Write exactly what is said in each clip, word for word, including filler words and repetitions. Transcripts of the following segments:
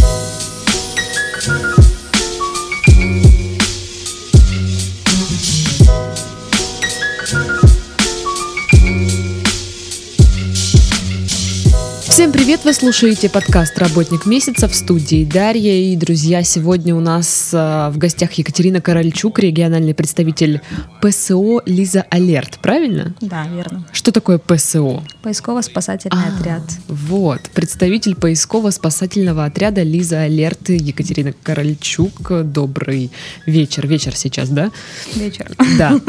Всем привет! Вы слушаете подкаст «Работник месяца», в студии Дарья. И, друзья, сегодня у нас в гостях Екатерина Корольчук, региональный представитель ПСО «Лиза Алерт». Правильно? Да, верно. Что такое ПСО? Поисково-спасательный а, отряд. Вот, представитель поисково-спасательного отряда «Лиза Алерт» Екатерина Корольчук. Добрый вечер. Вечер сейчас, да? Вечер. Да.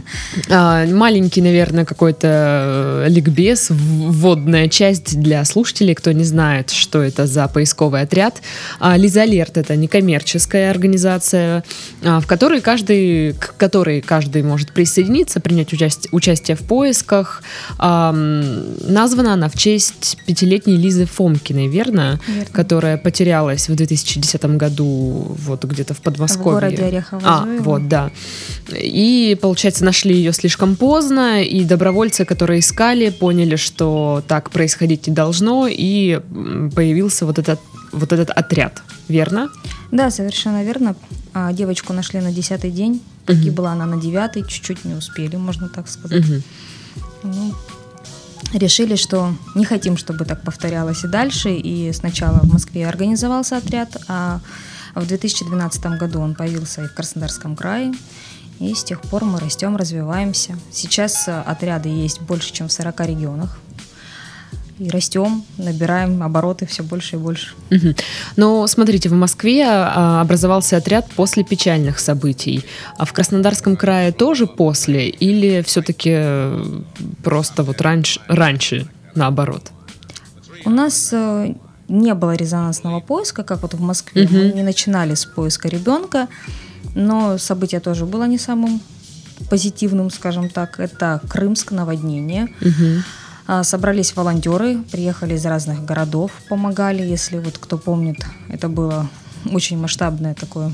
А, маленький, наверное, какой-то ликбез, вводная часть для слушателей, кто не знает, что это за поисковый отряд. А, «Лиза Алерт» — это некоммерческая организация, а, в которой каждый, к которой каждый может присоединиться, принять участие, участие в поисках. А, названа она в честь пятилетней Лизы Фомкиной, верно? Верно. Которая потерялась в две тысячи десятом году вот где-то в Подмосковье. В городе Орехово-Зуево. А, вот, да. И, получается, нашли ее слишком поздно, и добровольцы, которые искали, поняли, что так происходить не должно, и появился вот этот, вот этот отряд, верно? Да, совершенно верно. Девочку нашли на десятый день, погибла uh-huh. она на девятый, чуть-чуть не успели, можно так сказать. Uh-huh. Ну, решили, что не хотим, чтобы так повторялось и дальше, и сначала в Москве организовался отряд, а в две тысячи двенадцатом году он появился и в Краснодарском крае. И с тех пор мы растем, развиваемся. Сейчас отряды есть больше, чем в сорока регионах. И растем, набираем обороты все больше и больше. Угу. Но смотрите, в Москве образовался отряд после печальных событий. А в Краснодарском крае тоже после? Или все-таки просто вот раньше, раньше наоборот? У нас не было резонансного поиска, как вот в Москве. Угу. Мы не начинали с поиска ребенка. Но событие тоже было не самым позитивным, скажем так. Это Крымск, наводнение. Угу. Собрались волонтеры, приехали из разных городов, помогали. Если вот кто помнит, это было очень масштабное такое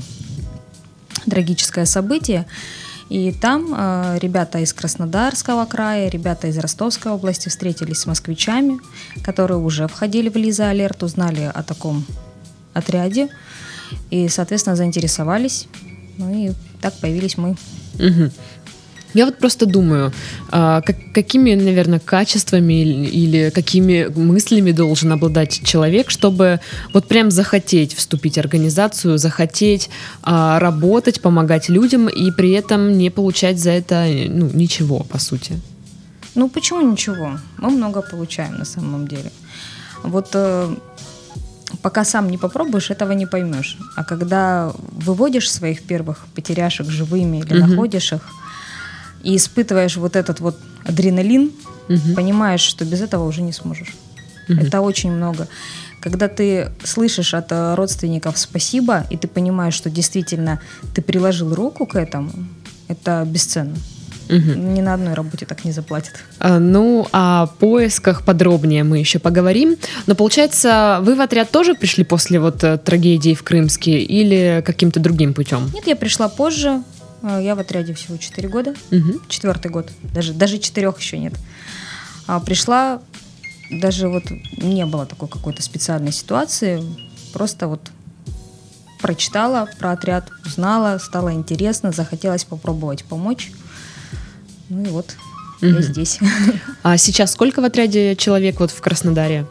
трагическое событие. И там э, ребята из Краснодарского края, ребята из Ростовской области встретились с москвичами, которые уже входили в «Лиза Алерт», узнали о таком отряде и, соответственно, заинтересовались. Ну и так появились мы. Угу. Я вот просто думаю, а, как, какими, наверное, качествами или, или какими мыслями должен обладать человек, чтобы вот прям захотеть вступить в организацию, захотеть а, работать, помогать людям и при этом не получать за это ну, ничего, по сути. Ну почему ничего? Мы много получаем на самом деле. Вот... Э- Пока сам не попробуешь, этого не поймешь. А когда выводишь своих первых потеряшек живыми или uh-huh. находишь их и испытываешь вот этот вот адреналин, uh-huh. понимаешь, что без этого уже не сможешь. Uh-huh. Это очень много. Когда ты слышишь от родственников спасибо, и ты понимаешь, что действительно ты приложил руку к этому, это бесценно. Угу. Ни на одной работе так не заплатят. А, ну, о поисках подробнее мы еще поговорим. Но получается, вы в отряд тоже пришли после вот трагедии в Крымске или каким-то другим путем? Нет, я пришла позже. Я в отряде всего четыре года. Угу. Четвертый год. Даже, даже четырех еще нет. А пришла, даже вот не было такой какой-то специальной ситуации. Просто вот прочитала про отряд, узнала, стало интересно, захотелось попробовать помочь. Ну и вот, угу. я здесь. А сейчас сколько в отряде человек вот в Краснодаре?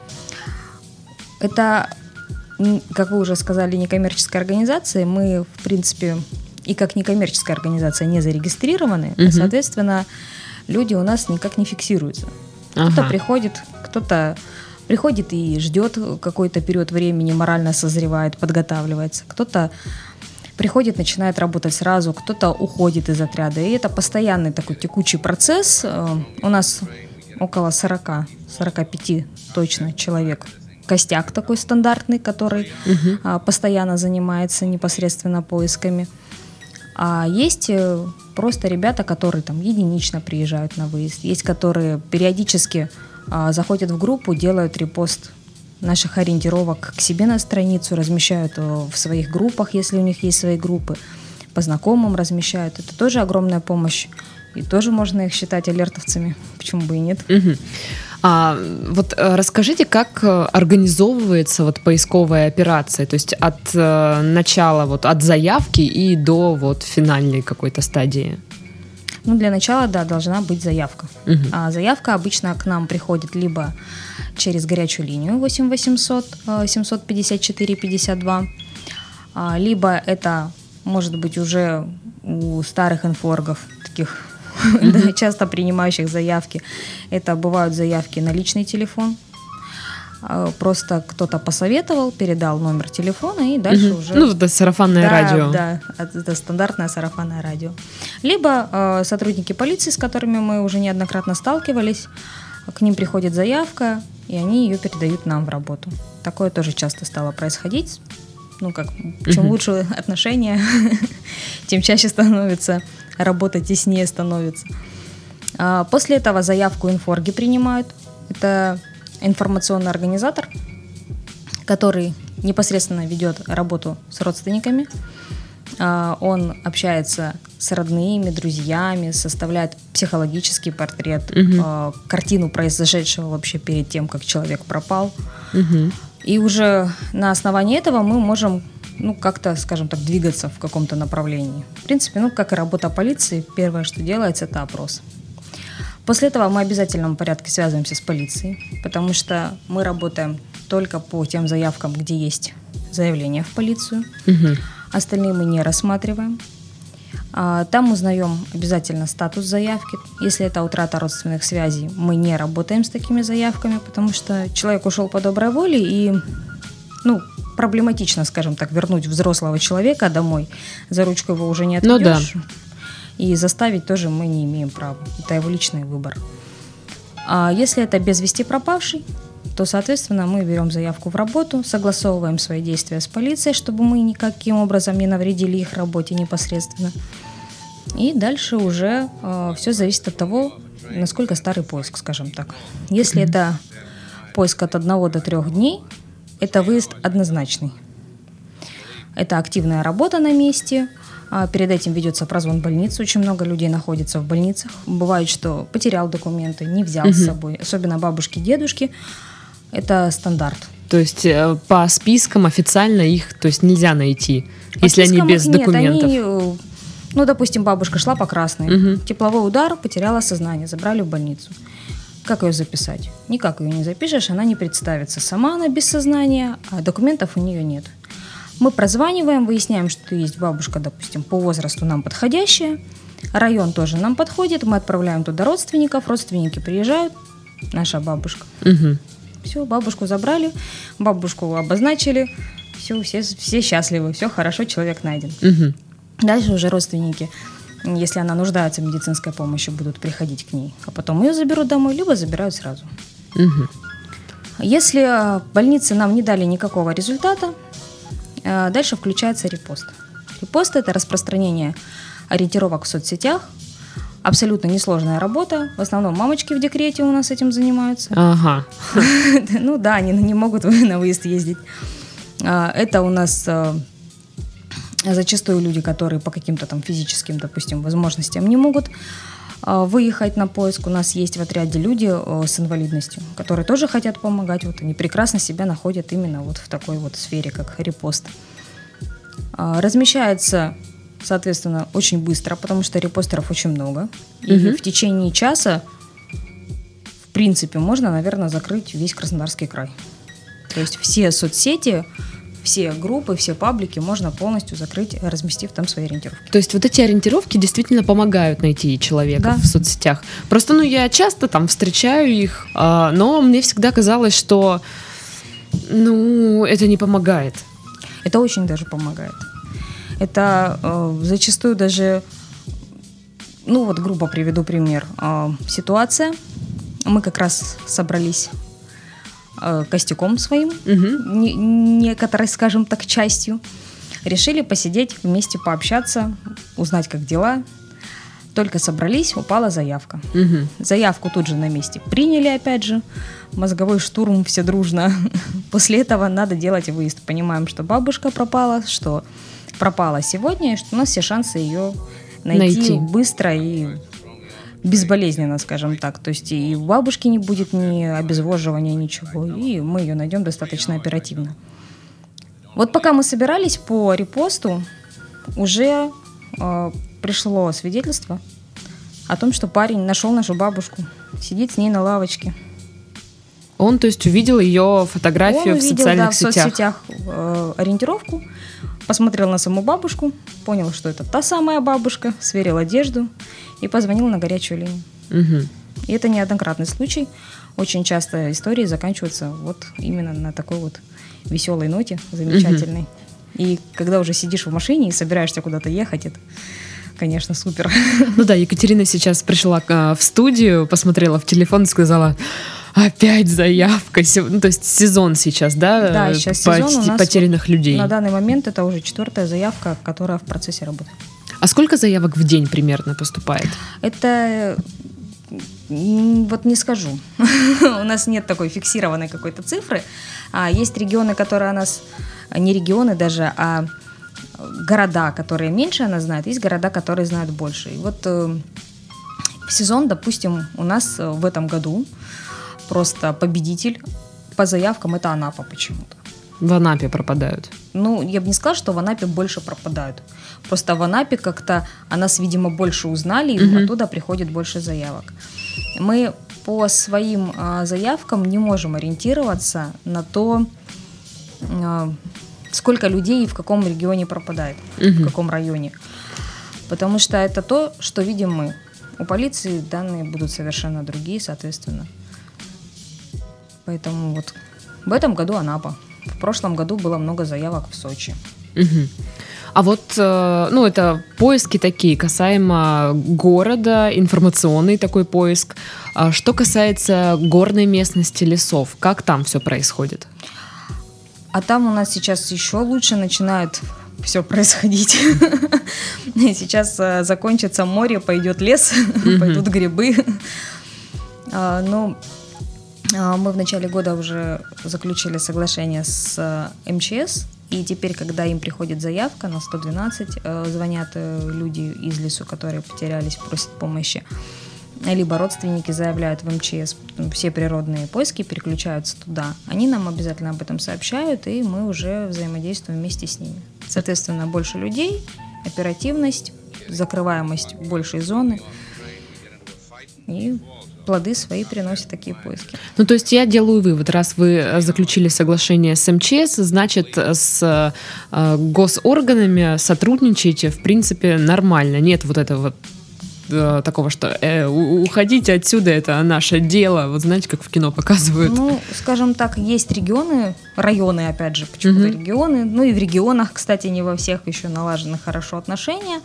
Это, как вы уже сказали, некоммерческая организация. Мы, в принципе, и как некоммерческая организация не зарегистрированы. Угу. Соответственно, люди у нас никак не фиксируются. Ага. Кто-то приходит, кто-то приходит и ждет какой-то период времени, морально созревает, подготавливается. Кто-то приходит, начинает работать сразу, кто-то уходит из отряда. И это постоянный такой текучий процесс. У нас около сорок, сорок пять точно человек. Костяк такой стандартный, который угу. постоянно занимается непосредственно поисками. А есть просто ребята, которые там единично приезжают на выезд. Есть, которые периодически заходят в группу, делают репост наших ориентировок к себе на страницу, размещают в своих группах, если у них есть свои группы, по знакомым размещают. Это тоже огромная помощь. И тоже можно их считать алертовцами. Почему бы и нет? Угу. А вот расскажите, как организовывается вот поисковая операция, то есть от э, начала, вот от заявки и до вот финальной какой-то стадии? Ну, для начала, да, должна быть заявка. Угу. А заявка обычно к нам приходит либо через горячую линию восемь восемьсот семьсот пятьдесят четыре пятьдесят два, либо это может быть уже у старых инфоргов, таких mm-hmm. часто принимающих заявки. Это бывают заявки на личный телефон. Просто кто-то посоветовал, передал номер телефона, и дальше mm-hmm. уже... Ну, это сарафанное да, радио. Да, это стандартное сарафанное радио. Либо э, сотрудники полиции, с которыми мы уже неоднократно сталкивались, к ним приходит заявка, и они ее передают нам в работу. Такое тоже часто стало происходить. Ну, как, чем mm-hmm. лучше отношения, тем чаще становится работа, теснее становится. А после этого заявку инфорги принимают. Это информационный организатор, который непосредственно ведет работу с родственниками. Он общается с родными, друзьями, составляет психологический портрет, угу. картину произошедшего вообще перед тем, как человек пропал. Угу. И уже на основании этого мы можем, ну, как-то, скажем так, двигаться в каком-то направлении. В принципе, ну, как и работа полиции, первое, что делается, это опрос. После этого мы в обязательном порядке связываемся с полицией, потому что мы работаем только по тем заявкам, где есть заявление в полицию. Угу. Остальные мы не рассматриваем. Там узнаем обязательно статус заявки. Если это утрата родственных связей, мы не работаем с такими заявками, потому что человек ушел по доброй воле, и ну, проблематично, скажем так, вернуть взрослого человека домой. За ручку его уже не отведешь. Ну, да. И заставить тоже мы не имеем права. Это его личный выбор. А если это без вести пропавший, то, соответственно, мы берем заявку в работу, согласовываем свои действия с полицией, чтобы мы никаким образом не навредили их работе непосредственно. И дальше уже э, все зависит от того, насколько старый поиск, скажем так. Если mm-hmm. это поиск от одного до трех дней, это выезд однозначный. Это активная работа на месте. Перед этим ведется прозвон в больницу. Очень много людей находится в больницах. Бывает, что потерял документы, не взял mm-hmm. с собой. Особенно бабушки, дедушки. Это стандарт. То есть по спискам официально их, то есть, нельзя найти, по если они без нет, документов? Они, ну, допустим, бабушка шла по красной. Угу. Тепловой удар, потеряла сознание, забрали в больницу. Как ее записать? Никак ее не запишешь, она не представится. Сама она без сознания, а документов у нее нет. Мы прозваниваем, выясняем, что есть бабушка, допустим, по возрасту нам подходящая. Район тоже нам подходит. Мы отправляем туда родственников. Родственники приезжают. Наша бабушка. Угу. Все, бабушку забрали, бабушку обозначили. Все, все, все счастливы, все хорошо, человек найден. Угу. Дальше уже родственники, если она нуждается в медицинской помощи, будут приходить к ней. А потом ее заберут домой, либо забирают сразу. Угу. Если больницы нам не дали никакого результата, дальше включается репост. Репост – это распространение ориентировок в соцсетях. Абсолютно несложная работа. В основном мамочки в декрете у нас этим занимаются. Ага. Ну да, они не могут на выезд ездить. Это у нас зачастую люди, которые по каким-то там физическим, допустим, возможностям не могут выехать на поиск. У нас есть в отряде люди с инвалидностью, которые тоже хотят помогать. Вот они прекрасно себя находят именно вот в такой вот сфере, как репост. Размещается, соответственно, очень быстро, потому что репостеров очень много. И угу. в течение часа, в принципе, можно, наверное, закрыть весь Краснодарский край. То есть все соцсети, все группы, все паблики можно полностью закрыть, разместив там свои ориентировки. То есть вот эти ориентировки действительно помогают найти человека да. в соцсетях. Просто, ну, я часто там встречаю их, но мне всегда казалось, что, ну, это не помогает. Это очень даже помогает. Это э, зачастую даже, ну вот грубо приведу пример. Э, ситуация. Мы как раз собрались э, костяком своим, угу. не, некоторой, скажем так, частью. Решили посидеть вместе, пообщаться, узнать, как дела. Только собрались, упала заявка. Угу. Заявку тут же на месте приняли, опять же. Мозговой штурм, все дружно. После этого надо делать выезд. Понимаем, что бабушка пропала, что пропала сегодня, и что у нас все шансы ее найти, найти. быстро и безболезненно, скажем так. То есть и у бабушки не будет ни обезвоживания, ничего, и мы ее найдем достаточно оперативно. Вот пока мы собирались по репосту, уже э, пришло свидетельство о том, что парень нашел нашу бабушку, сидит с ней на лавочке. Он, то есть, увидел ее фотографию Он в увидел, социальных да, в сетях. соцсетях э, ориентировку, посмотрел на саму бабушку, понял, что это та самая бабушка, сверил одежду и позвонил на горячую линию. Угу. И это неоднократный случай. Очень часто истории заканчиваются вот именно на такой вот веселой ноте, замечательной. Угу. И когда уже сидишь в машине и собираешься куда-то ехать, это, конечно, супер. Ну да, Екатерина сейчас пришла в студию, посмотрела в телефон и сказала: опять заявка. Ну, то есть сезон сейчас, да? Да, сейчас по- сезон у нас потерянных людей. На данный момент это уже четвертая заявка, которая в процессе работы. А сколько заявок в день примерно поступает? Это вот не скажу. У нас нет такой фиксированной какой-то цифры. А есть регионы, которые у нас, не регионы даже, а города, которые меньше она знает, есть города, которые знают больше. И вот э, в сезон, допустим, у нас в этом году просто победитель по заявкам — это Анапа почему-то. В Анапе пропадают. Ну, я бы не сказала, что в Анапе больше пропадают. Просто в Анапе как-то о нас, видимо, больше узнали, и угу. оттуда приходит больше заявок. Мы по своим а, заявкам не можем ориентироваться на то, а, сколько людей в каком регионе пропадает, угу. в каком районе. Потому что это то, что видим мы. У полиции данные будут совершенно другие, соответственно. Поэтому вот в этом году Анапа. В прошлом году было много заявок в Сочи. Угу. А вот, ну, это поиски такие, касаемо города, информационный такой поиск. А что касается горной местности, лесов, как там все происходит? А там у нас сейчас еще лучше начинает все происходить. Сейчас закончится море, пойдет лес, пойдут грибы. Ну, мы в начале года уже заключили соглашение с эм че эс, и теперь, когда им приходит заявка на сто двенадцать, звонят люди из лесу, которые потерялись, просят помощи, либо родственники заявляют в эм че эс, все природные поиски переключаются туда. Они нам обязательно об этом сообщают, и мы уже взаимодействуем вместе с ними. Соответственно, больше людей, оперативность, закрываемость большей зоны, и плоды свои приносят такие поиски. Ну, то есть я делаю вывод, раз вы заключили соглашение с эм че эс, значит, с э, госорганами сотрудничаете, в принципе, нормально. Нет вот этого э, такого, что э, уходите отсюда, это наше дело. Вот знаете, как в кино показывают. Ну, скажем так, есть регионы, районы, опять же, почему-то угу. регионы. Ну и в регионах, кстати, не во всех еще налажены хорошо отношения.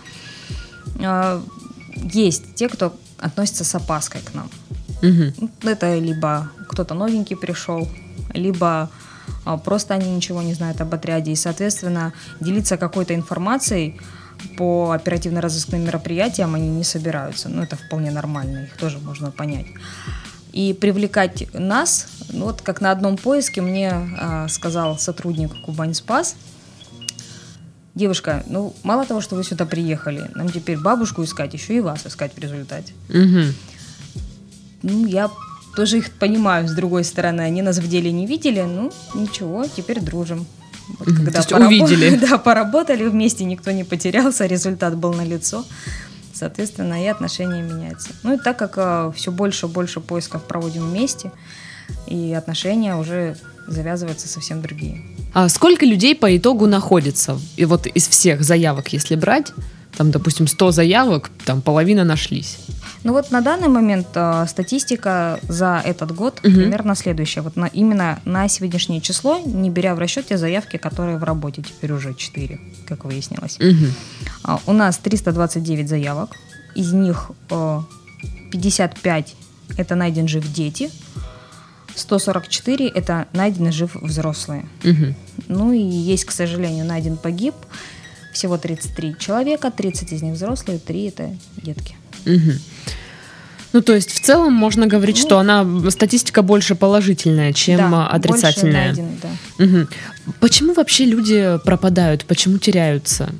Есть те, кто относится с опаской к нам. Угу. Это либо кто-то новенький пришел, либо а, просто они ничего не знают об отряде. И, соответственно, делиться какой-то информацией по оперативно-розыскным мероприятиям они не собираются. Ну, это вполне нормально, их тоже можно понять. И привлекать нас, ну, вот как на одном поиске мне а, сказал сотрудник Кубань-Спас: девушка, ну, мало того, что вы сюда приехали, нам теперь бабушку искать, еще и вас искать в результате. Угу. Ну, я тоже их понимаю, с другой стороны. Они нас в деле не видели, ну, ничего, теперь дружим. Вот, угу. когда То есть пораб... увидели. Да, поработали вместе, никто не потерялся, результат был налицо. Соответственно, и отношения меняются. Ну, и так как а, все больше и больше поисков проводим вместе, и отношения уже завязываются совсем другие. А сколько людей по итогу находится? И вот из всех заявок, если брать, там, допустим, сто заявок, там половина нашлись. Ну вот на данный момент э, статистика за этот год угу. примерно следующая. Вот на, именно на сегодняшнее число, не беря в расчет те заявки, которые в работе, теперь уже четыре, как выяснилось. Угу. А, у нас триста двадцать девять заявок, из них э, пятьдесят пять это найден жив дети, сто сорок четыре это найдены жив взрослые. Угу. Ну и есть, к сожалению, найден погиб. Всего тридцать три человека, тридцать из них взрослые, три это детки. Угу. Ну, то есть в целом можно говорить, ну, что она, статистика больше положительная, чем да, отрицательная. Больше найдены, да. Угу. Почему вообще люди пропадают? Почему теряются?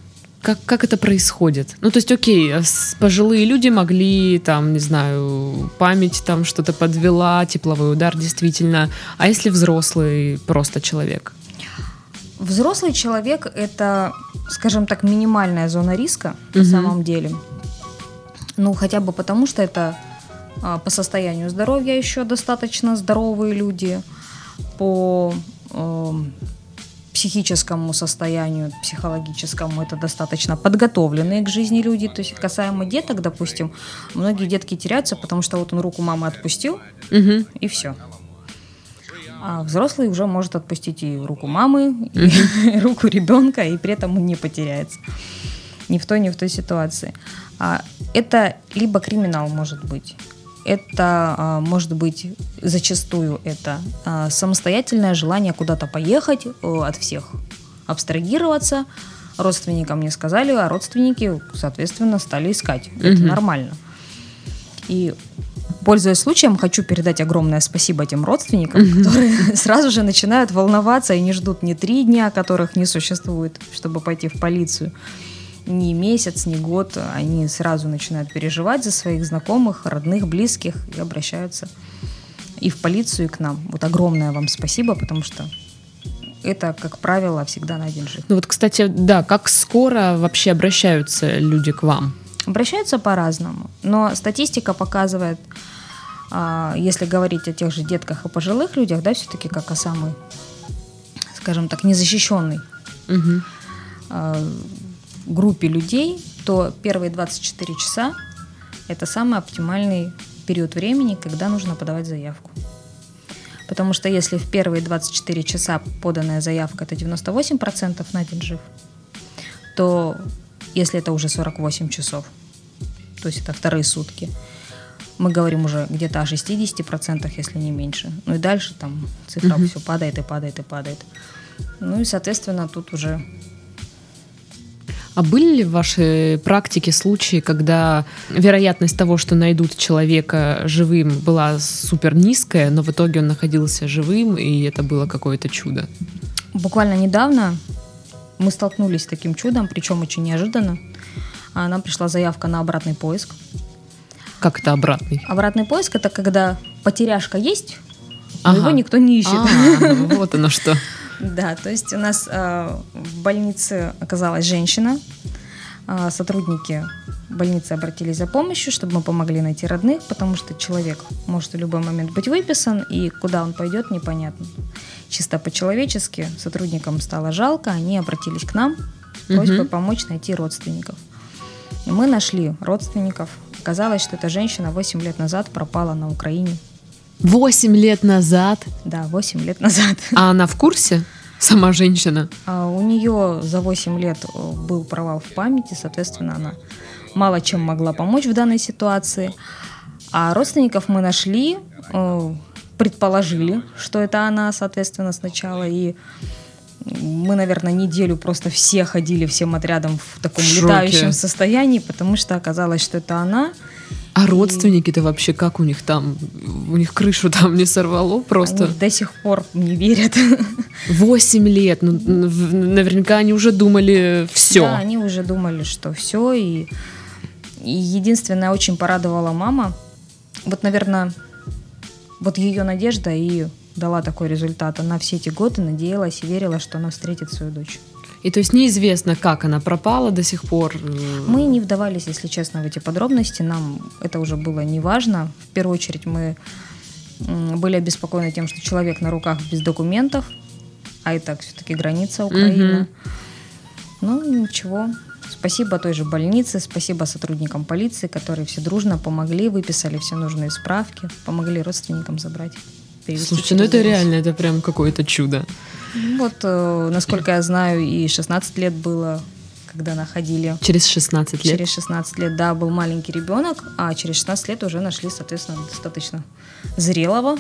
как, как это происходит? Ну, то есть, окей, пожилые люди могли, там, не знаю, память там что-то подвела, тепловой удар действительно. А если взрослый просто человек? Взрослый человек – это, скажем так, минимальная зона риска угу. на самом деле. Ну, хотя бы потому, что это а, по состоянию здоровья еще достаточно здоровые люди, по э, психическому состоянию, психологическому это достаточно подготовленные к жизни люди. То есть касаемо деток, допустим, многие детки теряются, потому что вот он руку мамы отпустил, угу. и все. А взрослый уже может отпустить и руку мамы, и uh-huh. руку ребенка, и при этом он не потеряется. Ни в той, ни в той ситуации. А это либо криминал может быть, это а, может быть зачастую это а, самостоятельное желание куда-то поехать, а, от всех абстрагироваться. Родственникам не сказали, а родственники, соответственно, стали искать. Uh-huh. Это нормально. И пользуясь случаем, хочу передать огромное спасибо тем родственникам, mm-hmm. которые сразу же начинают волноваться и не ждут ни три дня, которых не существует, чтобы пойти в полицию, ни месяц, ни год. Они сразу начинают переживать за своих знакомых, родных, близких и обращаются и в полицию, и к нам. Вот огромное вам спасибо, потому что это, как правило, всегда на один жив. Ну вот, кстати, да, как скоро вообще обращаются люди к вам? Обращаются по-разному, но статистика показывает, если говорить о тех же детках и пожилых людях, да, все-таки как о самой, скажем так, незащищенной угу. группе людей, то первые двадцать четыре часа – это самый оптимальный период времени, когда нужно подавать заявку. Потому что если в первые двадцать четыре часа поданная заявка – это девяносто восемь процентов на один жив, то если это уже сорок восемь часов, то есть это вторые сутки, мы говорим уже где-то о шестьдесят процентов, если не меньше. Ну и дальше там цифра угу. все падает и падает и падает. Ну и, соответственно, тут уже... А были ли в вашей практике случаи, когда вероятность того, что найдут человека живым, была супер низкая, но в итоге он находился живым, и это было какое-то чудо? Буквально недавно мы столкнулись с таким чудом, причем очень неожиданно. Нам пришла заявка на обратный поиск. Как это обратный? Обратный поиск – это когда потеряшка есть, но ага. его никто не ищет. А, вот оно что. Да, то есть у нас э, в больнице оказалась женщина. Э, сотрудники больницы обратились за помощью, чтобы мы помогли найти родных, потому что человек может в любой момент быть выписан, и куда он пойдет, непонятно. Чисто по-человечески сотрудникам стало жалко, они обратились к нам с просьбой угу. помочь найти родственников. И мы нашли родственников. Оказалось, что эта женщина восемь лет назад пропала на Украине. Восемь лет назад? Да, восемь лет назад. А она в курсе? Сама женщина? А у нее за восемь лет был провал в памяти, соответственно, она мало чем могла помочь в данной ситуации. А родственников мы нашли, предположили, что это она, соответственно, сначала. И мы, наверное, неделю просто все ходили всем отрядом в таком в летающем состоянии, потому что оказалось, что это она. А родственники-то вообще как у них там? У них крышу там не сорвало просто? Они до сих пор не верят. Восемь лет. Ну, наверняка они уже думали все. Да, они уже думали, что все. И, и единственное, очень порадовала мама. Вот, наверное, вот ее надежда и дала такой результат. Она все эти годы надеялась и верила, что она встретит свою дочь. И то есть неизвестно, как она пропала до сих пор? Мы не вдавались, если честно, в эти подробности. Нам это уже было не важно. В первую очередь мы были обеспокоены тем, что человек на руках без документов, а это все-таки граница Украины. Угу. Ну, ничего. Спасибо той же больнице, спасибо сотрудникам полиции, которые все дружно помогли, выписали все нужные справки, помогли родственникам забрать. Слушайте, ну это реально, это прям какое-то чудо. Вот, э, насколько я знаю, и шестнадцать лет было, когда находили. Через шестнадцать лет? Через шестнадцать лет, да, был маленький ребенок, а через шестнадцать лет уже нашли, соответственно, достаточно зрелого,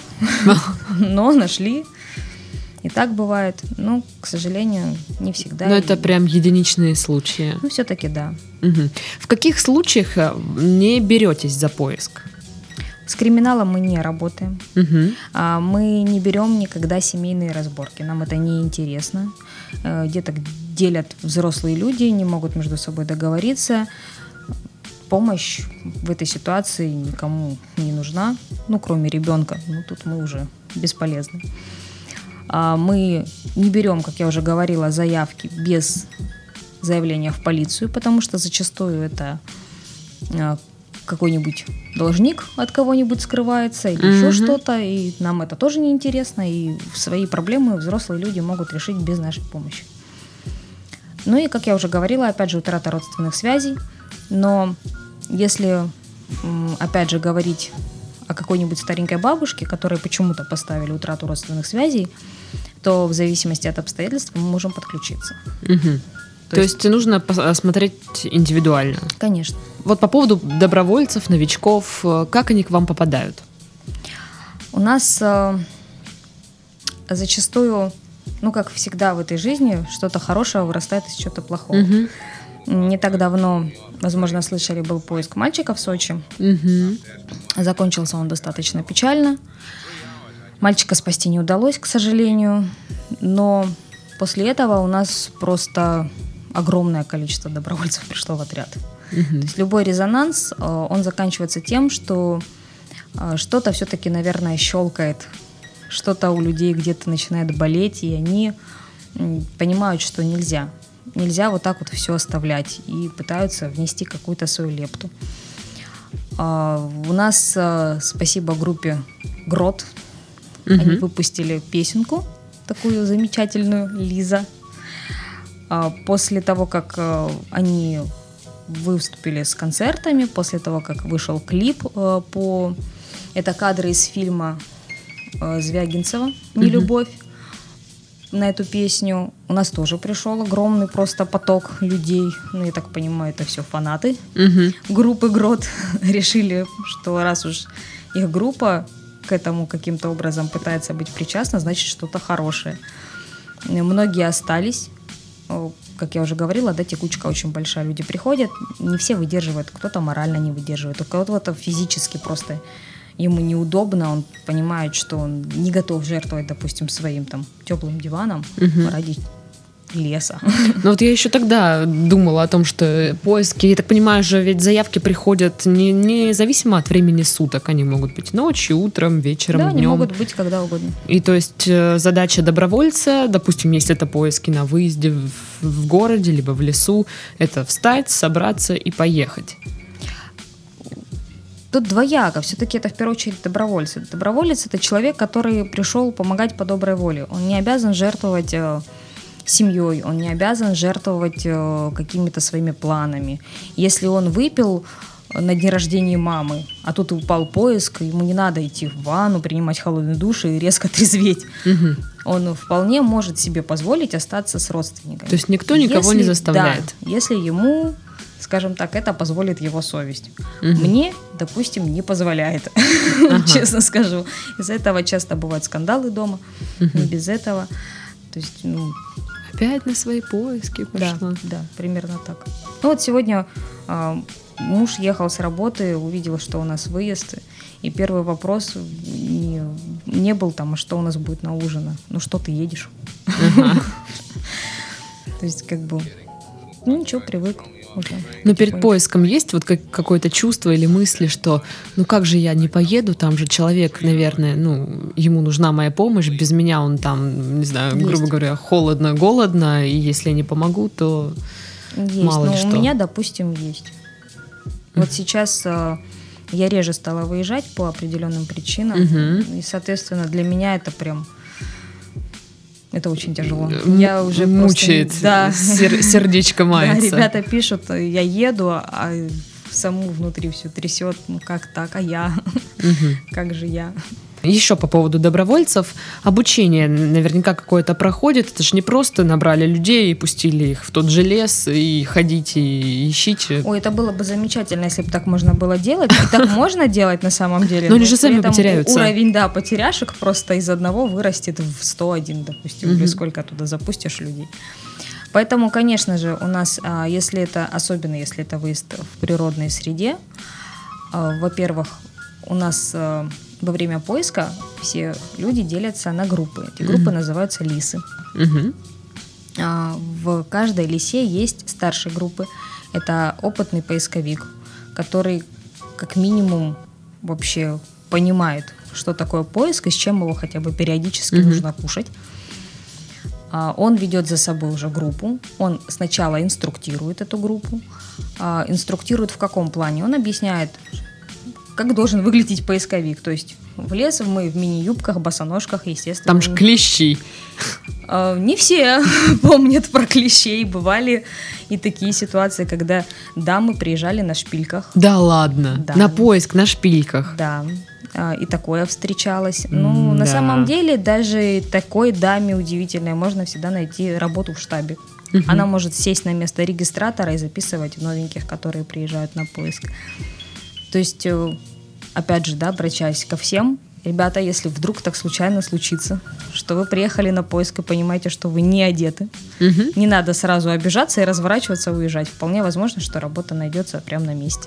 но нашли. И так бывает. Ну, к сожалению, не всегда. Но это прям единичные случаи. Ну, все-таки да. Угу. В каких случаях не беретесь за поиск? С криминалом мы не работаем. Угу. Мы не берем никогда семейные разборки. Нам это не интересно. Деток делят взрослые люди, не могут между собой договориться. Помощь в этой ситуации никому не нужна, ну, кроме ребенка. Ну, тут мы уже бесполезны. А мы не берем, как я уже говорила, заявки без заявления в полицию, потому что зачастую это какой-нибудь должник от кого-нибудь скрывается или mm-hmm. еще что-то, и нам это тоже неинтересно, и свои проблемы взрослые люди могут решить без нашей помощи. Ну и, как я уже говорила, опять же, утрата родственных связей, но если, опять же, говорить о какой-нибудь старенькой бабушке, которой почему-то поставили утрату родственных связей, то в зависимости от обстоятельств мы можем подключиться. Mm-hmm. То, То есть, есть нужно смотреть индивидуально? Конечно. Вот по поводу добровольцев, новичков, как они к вам попадают? У нас э, зачастую, ну, как всегда в этой жизни, что-то хорошее вырастает из чего-то плохого. Угу. Не так давно, возможно, слышали, был поиск мальчика в Сочи. Угу. Закончился он достаточно печально. Мальчика спасти не удалось, к сожалению. Но после этого у нас просто огромное количество добровольцев пришло в отряд. Uh-huh. То есть любой резонанс, он заканчивается тем, что что-то все-таки, наверное, щелкает, что-то у людей где-то начинает болеть, и они понимают, что нельзя. Нельзя вот так вот все оставлять, и пытаются внести какую-то свою лепту. У нас, спасибо группе «Грот», uh-huh. они выпустили песенку, такую замечательную, «Лиза». После того, как они выступили с концертами, после того, как вышел клип по... Это кадры из фильма Звягинцева «Нелюбовь» mm-hmm. на эту песню. У нас тоже пришел огромный просто поток людей. Ну, я так понимаю, это все фанаты mm-hmm. группы «Грот». Решили, что раз уж их группа к этому каким-то образом пытается быть причастна, значит, что-то хорошее. Многие остались. Как я уже говорила, да, текучка очень большая. Люди приходят, не все выдерживают. Кто-то морально не выдерживает, у кого-то физически просто ему неудобно. Он понимает, что он не готов жертвовать, допустим, своим там теплым диваном угу. ради леса. Ну вот я еще тогда думала о том, что поиски, я так понимаю, же ведь заявки приходят не, независимо от времени суток. Они могут быть ночью, утром, вечером, да, днем. Да, они могут быть когда угодно. И то есть задача добровольца, допустим, если это поиски на выезде в, в городе, либо в лесу, это встать, собраться и поехать. Тут двояко. Все-таки это в первую очередь добровольцы. Доброволец — это человек, который пришел помогать по доброй воле. Он не обязан жертвовать семьей, он не обязан жертвовать э, какими-то своими планами. Если он выпил на дне рождения мамы, а тут упал поиск, ему не надо идти в ванну, принимать холодный душ и резко трезветь. Угу. Он вполне может себе позволить остаться с родственниками. То есть никто никого если, не заставляет? Да, если ему, скажем так, это позволит его совесть. Угу. Мне, допустим, не позволяет, ага. честно скажу. Из-за этого часто бывают скандалы дома, угу. не без этого. То есть, ну... Опять на свои поиски пошла. Да, да, примерно так. Ну вот сегодня э, муж ехал с работы, увидел, что у нас выезд, и первый вопрос не, не был там, а что у нас будет на ужин. Ну что ты едешь? То есть как бы, ну ничего, привык. Но перед поиском есть вот как, какое-то чувство или мысли, что ну как же я не поеду, там же человек, наверное, ну ему нужна моя помощь, без меня он там, не знаю, есть. Грубо говоря, холодно, голодно, и если я не помогу, то есть. Мало Но ли что. У меня, допустим, есть. Вот сейчас э, я реже стала выезжать по определенным причинам, uh-huh. и, соответственно, для меня это прям... Это очень тяжело. Я уже мучает, просто, да. сер- сердечко мается. Да, ребята пишут, я еду, а саму внутри все трясет. Ну как так, а я? Угу. Как же я? Еще по поводу добровольцев. Обучение наверняка какое-то проходит. Это же не просто набрали людей и пустили их в тот же лес и ходите и ищите. Ой, это было бы замечательно, если бы так можно было делать. И так можно делать на самом деле. Но они же сами потеряются. Уровень, да, потеряшек просто из одного вырастет в сто один, допустим, или сколько туда запустишь людей. Поэтому, конечно же, у нас, если это, особенно если это выезд в природной среде, во-первых, у нас во время поиска все люди делятся на группы. Эти группы mm-hmm. называются лисы. Mm-hmm. в каждой лисе есть старшей группы. Это опытный поисковик, который как минимум вообще понимает, что такое поиск и с чем его хотя бы периодически mm-hmm. нужно кушать. Он ведет за собой уже группу. Он сначала инструктирует эту группу. Инструктирует в каком плане? Он объясняет, как должен выглядеть поисковик. То есть в лес мы в мини-юбках, босоножках, естественно. Там же клещи. Не все помнят про клещей. Бывали и такие ситуации, когда дамы приезжали на шпильках. Да ладно? Да. На поиск на шпильках? Да. И такое встречалось. Ну, да. На самом деле, даже такой даме удивительной можно всегда найти работу в штабе. Угу. Она может сесть на место регистратора и записывать новеньких, которые приезжают на поиск. То есть, опять же, да, обращаясь ко всем, ребята, если вдруг так случайно случится, что вы приехали на поиск и понимаете, что вы не одеты, угу. не надо сразу обижаться и разворачиваться, уезжать. Вполне возможно, что работа найдется прямо на месте.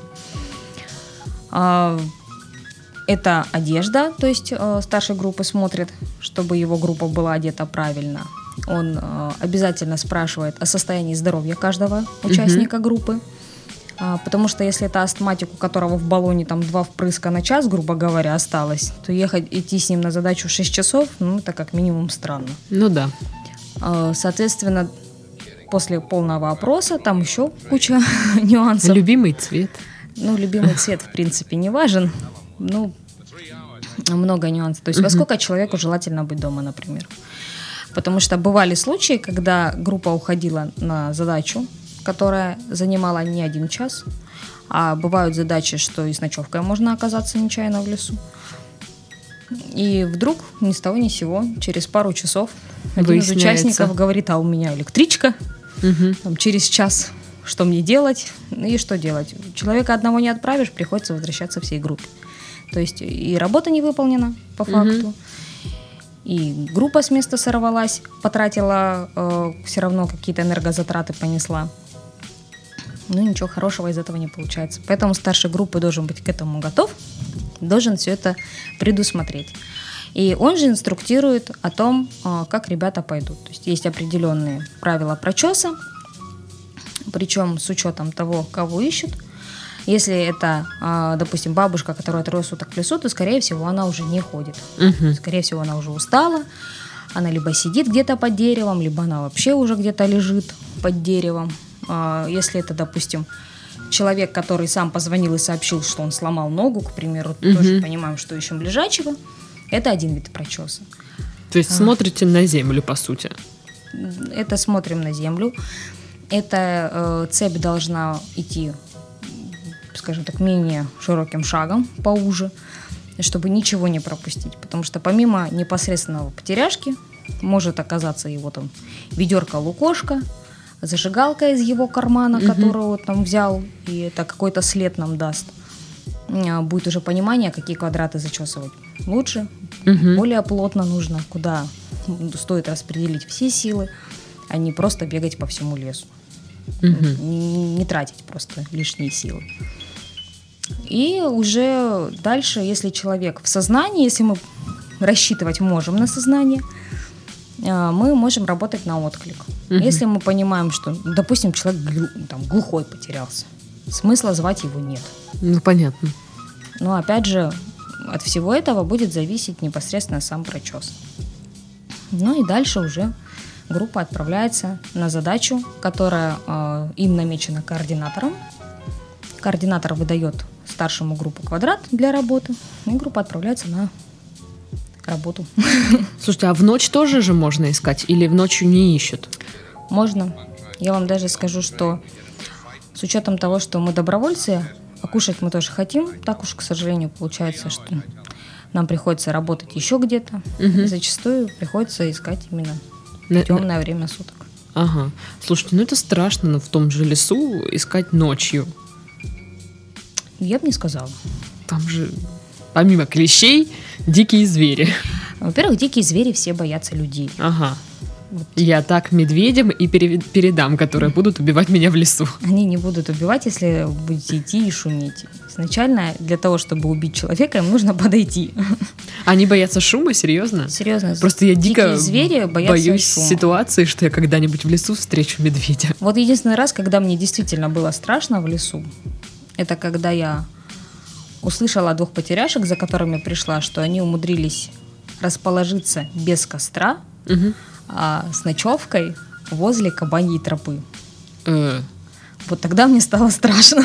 Это одежда, то есть э, старшей группы смотрит, чтобы его группа была одета правильно. Он э, обязательно спрашивает о состоянии здоровья каждого участника mm-hmm. группы, а, потому что если это астматик, у которого в баллоне там два впрыска на час, грубо говоря, осталось, то ехать, идти с ним на задачу шесть часов, ну, это как минимум странно. Ну да. А, соответственно, после полного опроса там еще куча нюансов. Любимый цвет. Ну, любимый цвет, в принципе, не важен. Ну, много нюансов. То есть, uh-huh. во сколько человеку желательно быть дома, например. Потому что бывали случаи, когда группа уходила на задачу, которая занимала не один час, а бывают задачи, что и с ночевкой можно оказаться нечаянно в лесу. И вдруг ни с того ни с сего, через пару часов один из участников говорит: а у меня электричка, uh-huh. там, через час, что мне делать и что делать. Человека одного не отправишь, приходится возвращаться всей группе. То есть и работа не выполнена по факту, угу. и группа с места сорвалась, потратила, э, все равно какие-то энергозатраты понесла. Ну, ничего хорошего из этого не получается. Поэтому старший группы должен быть к этому готов, должен все это предусмотреть. И он же инструктирует о том, э, как ребята пойдут. То есть есть определенные правила прочеса, причем с учетом того, кого ищут. Если это, допустим, бабушка, которая трое суток в лесу, то, скорее всего, она уже не ходит. Uh-huh. Скорее всего, она уже устала. Она либо сидит где-то под деревом, либо она вообще уже где-то лежит под деревом. Если это, допустим, человек, который сам позвонил и сообщил, что он сломал ногу, к примеру, uh-huh. тоже понимаем, что ищем лежачего, это один вид прочеса. То есть а. смотрите на землю, по сути? Это смотрим на землю. Эта э, цепь должна идти, скажем так, менее широким шагом, поуже, чтобы ничего не пропустить. Потому что помимо непосредственного потеряшки может оказаться его там ведерко лукошка, зажигалка из его кармана, угу. которую он там взял, и это какой-то след нам даст. Будет уже понимание, какие квадраты зачесывать лучше, угу. более плотно нужно, куда стоит распределить все силы, а не просто бегать по всему лесу. Угу. Не, не тратить просто лишние силы. И уже дальше, если человек в сознании, если мы рассчитывать можем на сознание, мы можем работать на отклик. Угу. Если мы понимаем, что, допустим, человек там, глухой потерялся, смысла звать его нет. Ну, понятно. Но, опять же, от всего этого будет зависеть непосредственно сам прочес. Ну и дальше уже группа отправляется на задачу, которая э, им намечена координатором. Координатор выдает старшему группу квадрат для работы, и группа отправляется на работу. Слушайте, а в ночь тоже же можно искать? Или в ночью не ищут? Можно. Я вам даже скажу, что с учетом того, что мы добровольцы, а кушать мы тоже хотим, так уж, к сожалению, получается, что нам приходится работать еще где-то. Угу. И зачастую приходится искать именно в темное время суток. Ага. Слушайте, ну это страшно, но в том же лесу искать ночью. Я бы не сказала. Там же, помимо клещей, дикие звери. Во-первых, дикие звери все боятся людей. Ага. Вот. Я так медведям и пере- передам, которые будут убивать меня в лесу. Они не будут убивать, если будете идти и шуметь. Изначально для того, чтобы убить человека, им нужно подойти. Они боятся шума? Серьезно? Серьезно. Просто я дико звери боятся боюсь шума. ситуации, что я когда-нибудь в лесу встречу медведя. Вот единственный раз, когда мне действительно было страшно в лесу, это когда я услышала двух потеряшек, за которыми пришла, что они умудрились расположиться без костра, Угу. а с ночевкой возле кабаньей тропы. Э, Вот тогда мне стало страшно.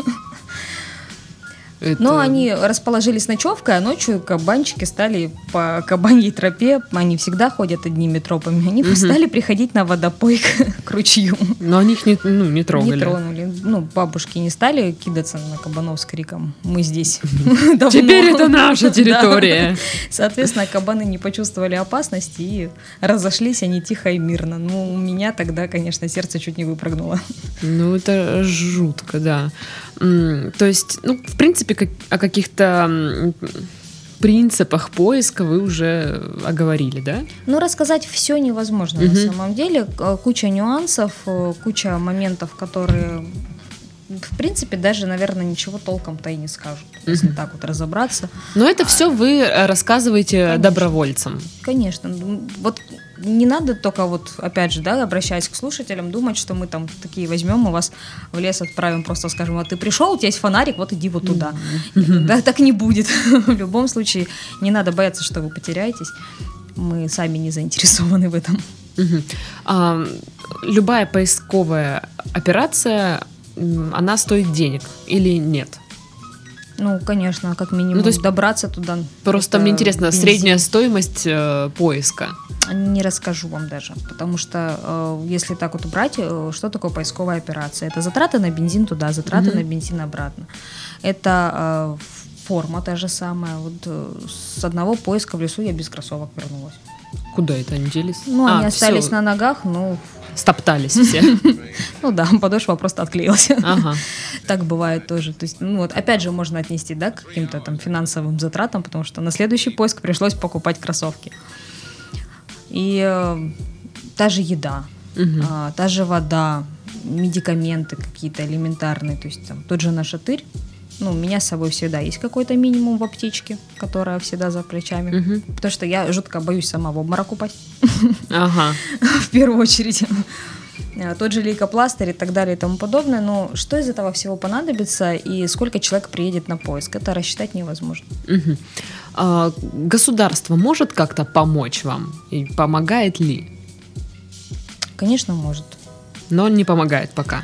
это- Но они расположились ночевкой, а ночью кабанчики стали по кабаньей тропе, они всегда ходят одними тропами, они Мгм. стали приходить на водопой к, к ручью. Но они их не, ну, не трогали. Не тронули. Ну, бабушки не стали кидаться на кабанов с криком «Мы здесь давно». Теперь это наша Да. территория. Соответственно, кабаны не почувствовали опасности и разошлись они тихо и мирно. Ну, у меня тогда, конечно, сердце чуть не выпрыгнуло. Ну, это жутко, да. М, То есть, ну, в принципе, как- о каких-то м, принципах поиска вы уже оговорили, да? Ну, рассказать все невозможно на Мгм. самом деле. К- Куча нюансов, э, куча моментов, которые, в принципе, даже, наверное, ничего толком-то и не скажут, если Мгм. так вот разобраться. Но это все вы э, рассказываете Конечно. добровольцам. Конечно. ну, Вот не надо только вот, опять же, да, обращаясь к слушателям, думать, что мы там такие возьмем и вас в лес отправим, просто скажем, а ты пришел, у тебя есть фонарик, вот иди вот туда. Да, так не будет. В любом случае, не надо бояться, что вы потеряетесь. Мы сами не заинтересованы в этом. Мгм. А, любая поисковая операция, м, она стоит денег или нет? Ну, конечно, как минимум Ну, то есть добраться туда. Просто это мне интересно, бензин. средняя стоимость э, поиска. Не расскажу вам даже, потому что э, если так вот брать, э, что такое поисковая операция? Это затраты на бензин туда, затраты Мгм. на бензин обратно. Это э, форма та же самая. Вот э, с одного поиска в лесу я без кроссовок вернулась. Куда это они делись? Ну, А, они остались всё, на ногах, ну, стоптались все. ну да, подошва просто отклеилась. Ага. Так бывает тоже. То есть, ну вот, опять же, можно отнести, да, к каким-то там финансовым затратам, потому что на следующий поиск пришлось покупать кроссовки. И э, та же еда, Мгм. а, та же вода, медикаменты какие-то элементарные, то есть там тот же нашатырь. Ну, у меня с собой всегда есть какой-то минимум в аптечке, которая всегда за плечами. Мгм. Потому что я жутко боюсь сама в обморок упасть, Ага. в первую очередь. А, Тот же лейкопластырь и так далее и тому подобное. Но что из этого всего понадобится и сколько человек приедет на поиск, это рассчитать невозможно. Мгм. А, государство может как-то помочь вам? И помогает ли? Конечно, может. Но он не помогает пока.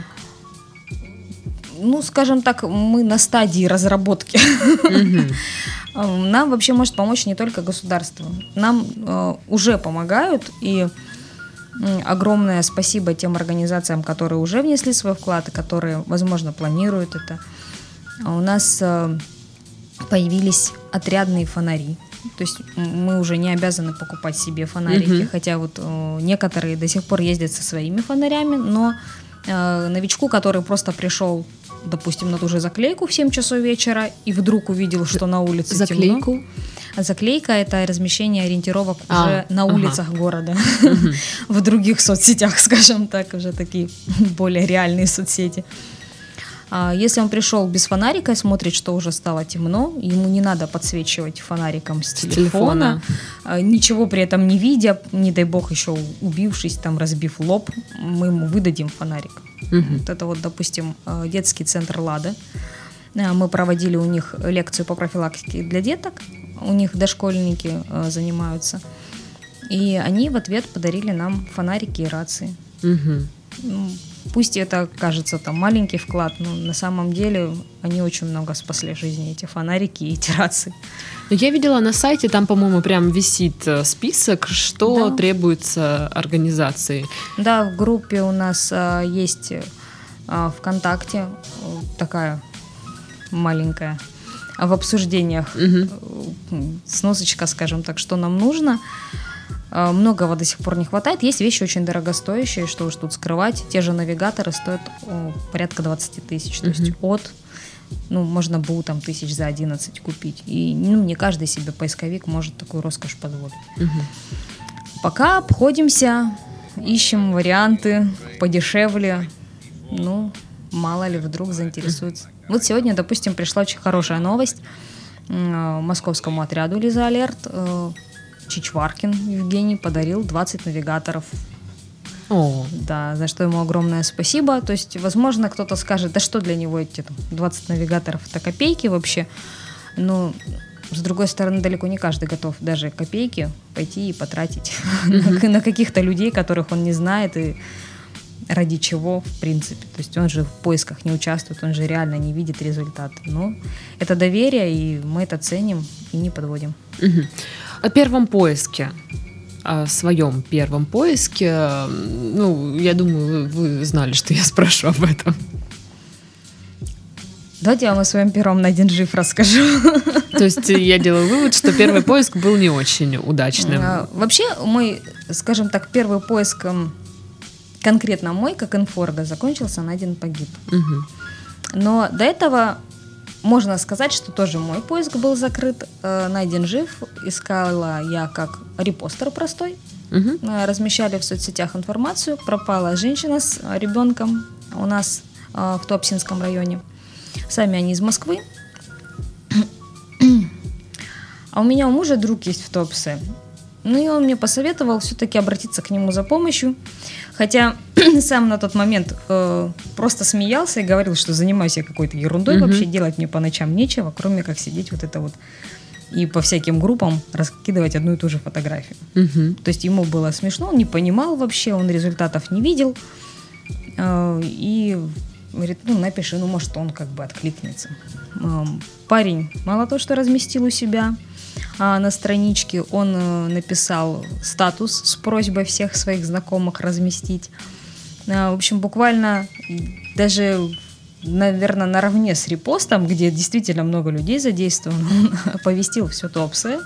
Ну, скажем так, мы на стадии разработки. Мгм. Нам вообще может помочь не только государство. Нам э, уже помогают, и м, огромное спасибо тем организациям, которые уже внесли свой вклад, и которые, возможно, планируют это. А у нас э, появились отрядные фонари. То есть м, мы уже не обязаны покупать себе фонарики, Мгм. хотя вот э, некоторые до сих пор ездят со своими фонарями, но э, новичку, который просто пришел, допустим, на ту же заклейку в семь часов вечера и вдруг увидел, что на улице темно. Заклейку? А заклейка — это размещение ориентировок А, уже на ага. улицах города, в других соцсетях, скажем так, уже такие более реальные соцсети. А Если он пришел без фонарика и смотрит, что уже стало темно, ему не надо подсвечивать фонариком с телефона, телефона. а, ничего при этом не видя, не дай бог еще убившись, там, разбив лоб, мы ему выдадим фонарик. Мгм. Вот это вот, допустим, э, детский центр «Лада». Э, Мы проводили у них лекцию по профилактике для деток. У них дошкольники э, занимаются. И они в ответ подарили нам фонарики и рации. Мгм. Ну, пусть это кажется там маленький вклад, но на самом деле они очень много спасли жизни, эти фонарики и эти рации. Ну, я видела на сайте, там, по-моему, прям висит э, список, что Да. требуется организации. Да, в группе у нас а, есть а, ВКонтакте э, такая маленькая, а в обсуждениях Мгм. э, сносочка, скажем так, что нам нужно. А, Многого до сих пор не хватает. Есть вещи очень дорогостоящие, что уж тут скрывать. Те же навигаторы стоят о, порядка двадцать тысяч. То есть Мгм. от, ну, можно было там тысяч за одиннадцать купить. И ну, не каждый себе поисковик может такую роскошь позволить. Мгм. Пока обходимся ищем варианты подешевле. Ну, мало ли, вдруг заинтересуется. Вот сегодня, допустим, пришла очень хорошая новость. Московскому отряду «Лиза Алерт» Чичваркин Евгений подарил двадцать навигаторов. О. Да, за что ему огромное спасибо. То есть, возможно, кто-то скажет, да что для него эти двадцать навигаторов, это копейки вообще. Но, с другой стороны, далеко не каждый готов даже копейки пойти и потратить mm-hmm. на каких-то людей, которых он не знает и ради чего, в принципе. То есть он же в поисках не участвует, он же реально не видит результат. Но это доверие, и мы это ценим и не подводим. Mm-hmm. О первом поиске. О своем первом поиске. Ну, я думаю, вы знали, что я спрошу об этом. Давайте я вам о своем первом на один жив расскажу. То есть я делаю вывод, что первый поиск был не очень удачным. А, вообще, мой, скажем так, первый поиск, конкретно мой, как инфорга, закончился на один погиб. Угу. Но до этого можно сказать, что тоже мой поиск был закрыт. На один жив искала я как репостер простой. Угу. Размещали в соцсетях информацию. Пропала женщина с ребенком у нас в Туапсинском районе. Сами они из Москвы. А у меня у мужа друг есть в Туапсе. Ну и он мне посоветовал все-таки обратиться к нему за помощью. Хотя сам на тот момент э, просто смеялся и говорил, что занимаюсь я какой-то ерундой, mm-hmm. вообще делать мне по ночам нечего, кроме как сидеть вот это вот и по всяким группам раскидывать одну и ту же фотографию. Mm-hmm. То есть ему было смешно, он не понимал вообще, он результатов не видел. Э, и говорит, ну напиши, ну может он как бы откликнется. Э, парень мало то, что разместил у себя на страничке, он написал статус с просьбой всех своих знакомых разместить. В общем, буквально даже, наверное, наравне с репостом, где действительно много людей задействовано, он оповестил все Туапсе.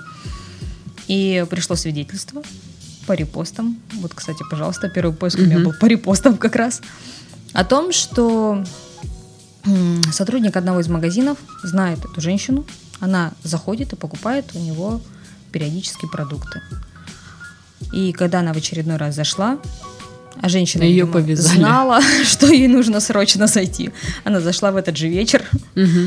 И пришло свидетельство по репостам. Вот, кстати, пожалуйста, первый поиск mm-hmm. у меня был по репостам как раз. О том, что сотрудник одного из магазинов знает эту женщину. Она заходит и покупает у него периодически продукты. И когда она в очередной раз зашла, а женщина ее видимо, повязали. Знала, что ей нужно срочно зайти. Она зашла в этот же вечер. Угу.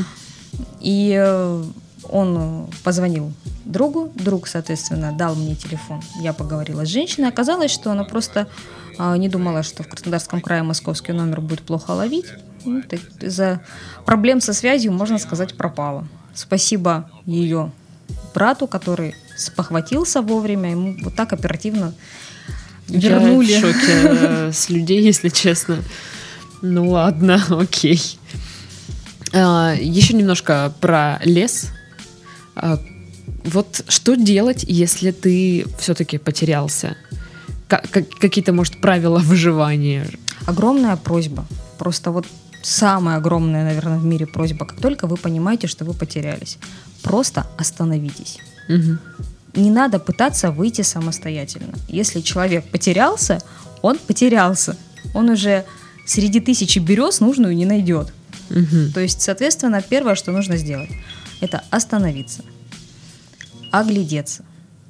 И он позвонил другу. Друг, соответственно, дал мне телефон. Я поговорила с женщиной. Оказалось, что она просто не думала, что в Краснодарском крае московский номер будет плохо ловить. Из-за проблем со связью, можно сказать, пропала. Спасибо ее брату, который спохватился вовремя, ему вот так оперативно вернули. Я в шоке с людей, если честно. Ну ладно, окей. А, еще немножко про лес. А, вот что делать, если ты все-таки потерялся? Как, какие-то, может, правила выживания? Огромная просьба. Просто вот самая огромная, наверное, в мире просьба. Как только вы понимаете, что вы потерялись, просто остановитесь. Угу. Не надо пытаться выйти самостоятельно. Если человек потерялся, он потерялся. Он уже среди тысячи берез нужную не найдет. Угу. То есть, соответственно, первое, что нужно сделать, это остановиться, оглядеться.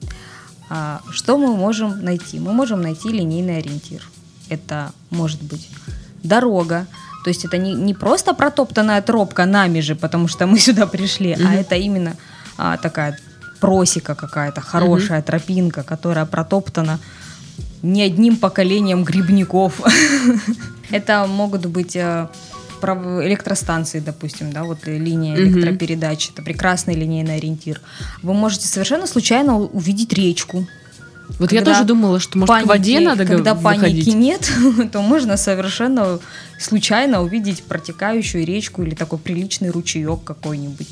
А что мы можем найти? Мы можем найти линейный ориентир. Это может быть дорога. То есть это не, не просто протоптанная тропка нами же, потому что мы сюда пришли, mm-hmm. а это именно а, такая просека какая-то, хорошая mm-hmm. тропинка, которая протоптана не одним поколением грибников. Это могут быть электростанции, допустим, да, вот линия электропередач, это прекрасный линейный ориентир. Вы можете совершенно случайно увидеть речку. Вот когда я тоже думала, что, может, паники, к воде надо когда выходить. Паники нет, то можно совершенно случайно увидеть протекающую речку или такой приличный ручеек какой-нибудь.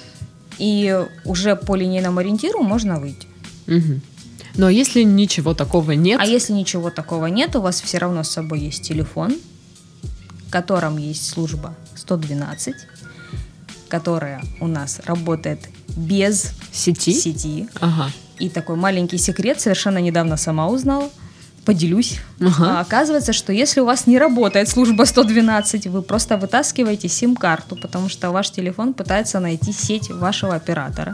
И уже по линейному ориентиру можно выйти. Угу. Но если ничего такого нет... А если ничего такого нет, у вас все равно с собой есть телефон, в котором есть служба сто двенадцать, которая у нас работает без сети. сети. Ага. И такой маленький секрет, совершенно недавно сама узнала, поделюсь. Ага. А оказывается, что если у вас не работает служба сто двенадцать, вы просто вытаскиваете сим-карту, потому что ваш телефон пытается найти сеть вашего оператора.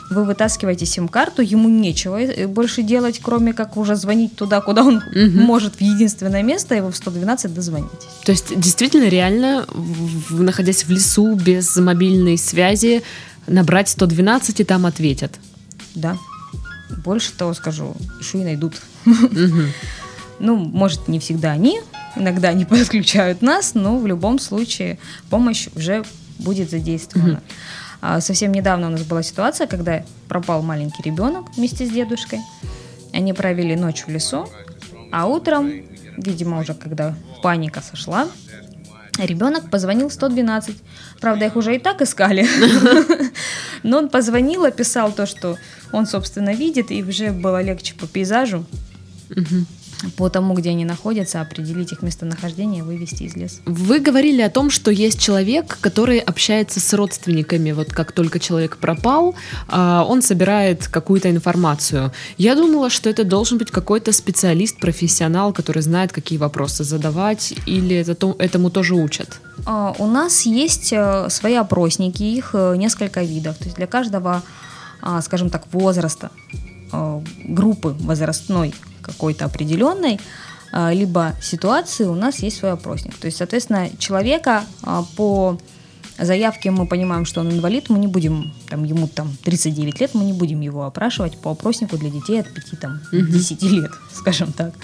вы вытаскиваете сим-карту, ему нечего больше делать, кроме как уже звонить туда, куда он угу. может, в единственное место, и вы в сто двенадцать дозвонитесь. То есть действительно реально, в, находясь в лесу без мобильной связи, набрать сто двенадцать и там ответят? Да. Больше того скажу, еще и найдут. Угу. Ну, может, не всегда они, иногда они подключают нас, но в любом случае помощь уже будет задействована. Mm-hmm. Совсем недавно у нас была ситуация, когда пропал маленький ребенок вместе с дедушкой. Они провели ночь в лесу, а утром, видимо, уже когда паника сошла, ребенок позвонил в сто двенадцать. Правда, их уже и так искали. Но он позвонил, описал то, что он, собственно, видит, и уже было легче по пейзажу. По тому, где они находятся, определить их местонахождение, вывести из леса. Вы говорили о том, что есть человек, который общается с родственниками. Вот как только человек пропал, он собирает какую-то информацию. Я думала, что это должен быть какой-то специалист, профессионал, который знает, какие вопросы задавать, или это, этому тоже учат? У нас есть свои опросники, их несколько видов. То есть для каждого, скажем так, возраста, группы возрастной, какой-то определенной, либо ситуации у нас есть свой опросник. То есть, соответственно, человека по заявке мы понимаем, что он инвалид, мы не будем, там, ему там тридцать девять лет, мы не будем его опрашивать по опроснику для детей от пяти до десяти лет, скажем так.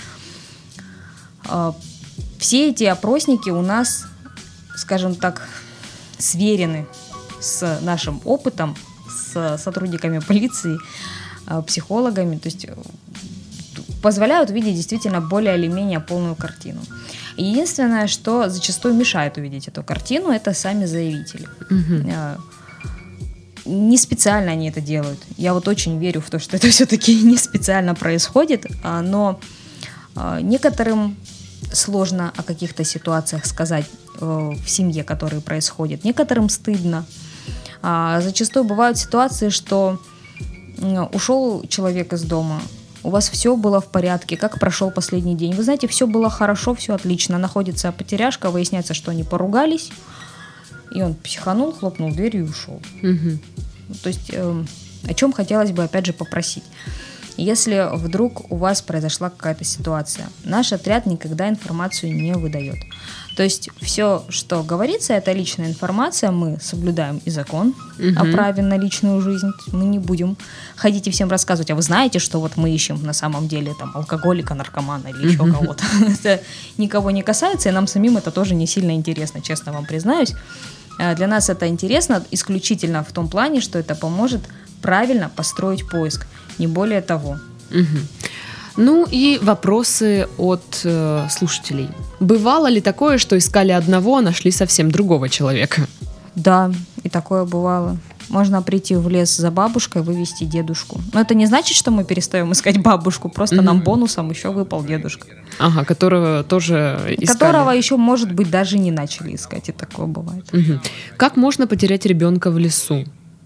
Все эти опросники у нас, скажем так, сверены с нашим опытом, с сотрудниками полиции, психологами, то есть позволяют увидеть действительно более или менее полную картину. Единственное, что зачастую мешает увидеть эту картину, это сами заявители. Угу. Не специально они это делают. Я вот очень верю в то, что это все-таки не специально происходит, но некоторым сложно о каких-то ситуациях сказать в семье, которые происходят. Некоторым стыдно. Зачастую бывают ситуации, что ушел человек из дома, у вас все было в порядке, как прошел последний день. Вы знаете, все было хорошо, все отлично. Находится потеряшка, выясняется, что они поругались, и он психанул, хлопнул дверью и ушел. Угу. То есть, э, о чем хотелось бы, опять же, попросить. Если вдруг у вас произошла какая-то ситуация, наш отряд никогда информацию не выдает. То есть все, что говорится, это личная информация, мы соблюдаем и закон угу. о праве на личную жизнь. Мы не будем ходить и всем рассказывать, а вы знаете, что вот мы ищем на самом деле там алкоголика, наркомана или еще угу. кого-то. Это никого не касается, и нам самим это тоже не сильно интересно, честно вам признаюсь. Для нас это интересно исключительно в том плане, что это поможет правильно построить поиск, не более того. Угу. Ну и вопросы от э, слушателей. Бывало ли такое, что искали одного, а нашли совсем другого человека? Да, и такое бывало. Можно прийти в лес за бабушкой, вывести дедушку. Но это не значит, что мы перестаем искать бабушку, просто mm-hmm. нам бонусом еще выпал дедушка. Ага, которого тоже искали. Которого еще, может быть, даже не начали искать, и такое бывает. Mm-hmm. Как можно потерять ребенка в лесу?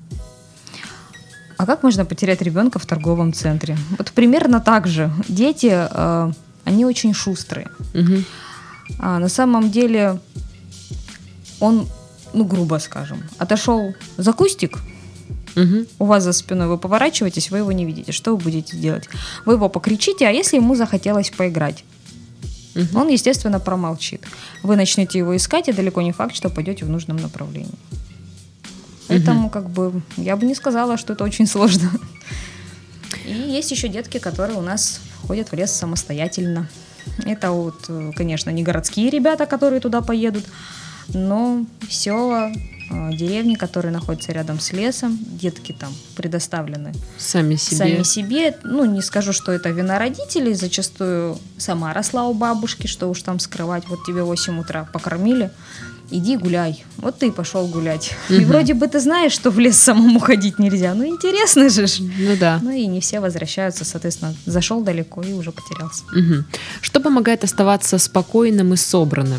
А как можно потерять ребенка в торговом центре? Вот примерно так же. Дети, э, они очень шустрые. Угу. А на самом деле он, ну, грубо скажем, отошел за кустик, угу. у вас за спиной, вы поворачиваетесь, вы его не видите. Что вы будете делать? Вы его покричите, а если ему захотелось поиграть? Угу. Он, естественно, промолчит. Вы начнете его искать, и далеко не факт, что пойдете в нужном направлении. Поэтому, как бы, я бы не сказала, что это очень сложно. И есть еще детки, которые у нас ходят в лес самостоятельно. Это вот, конечно, не городские ребята, которые туда поедут, но села, деревни, которые находятся рядом с лесом, детки там предоставлены сами себе. Сами себе. Ну, не скажу, что это вина родителей, зачастую сама росла у бабушки, что уж там скрывать. Вот тебе в восемь утра покормили, иди гуляй. Вот ты и пошел гулять. Угу. И вроде бы ты знаешь, что в лес самому ходить нельзя. Ну, интересно же. Ну да. Ну и не все возвращаются, соответственно. Зашел далеко и уже потерялся. Угу. Что помогает оставаться спокойным и собранным?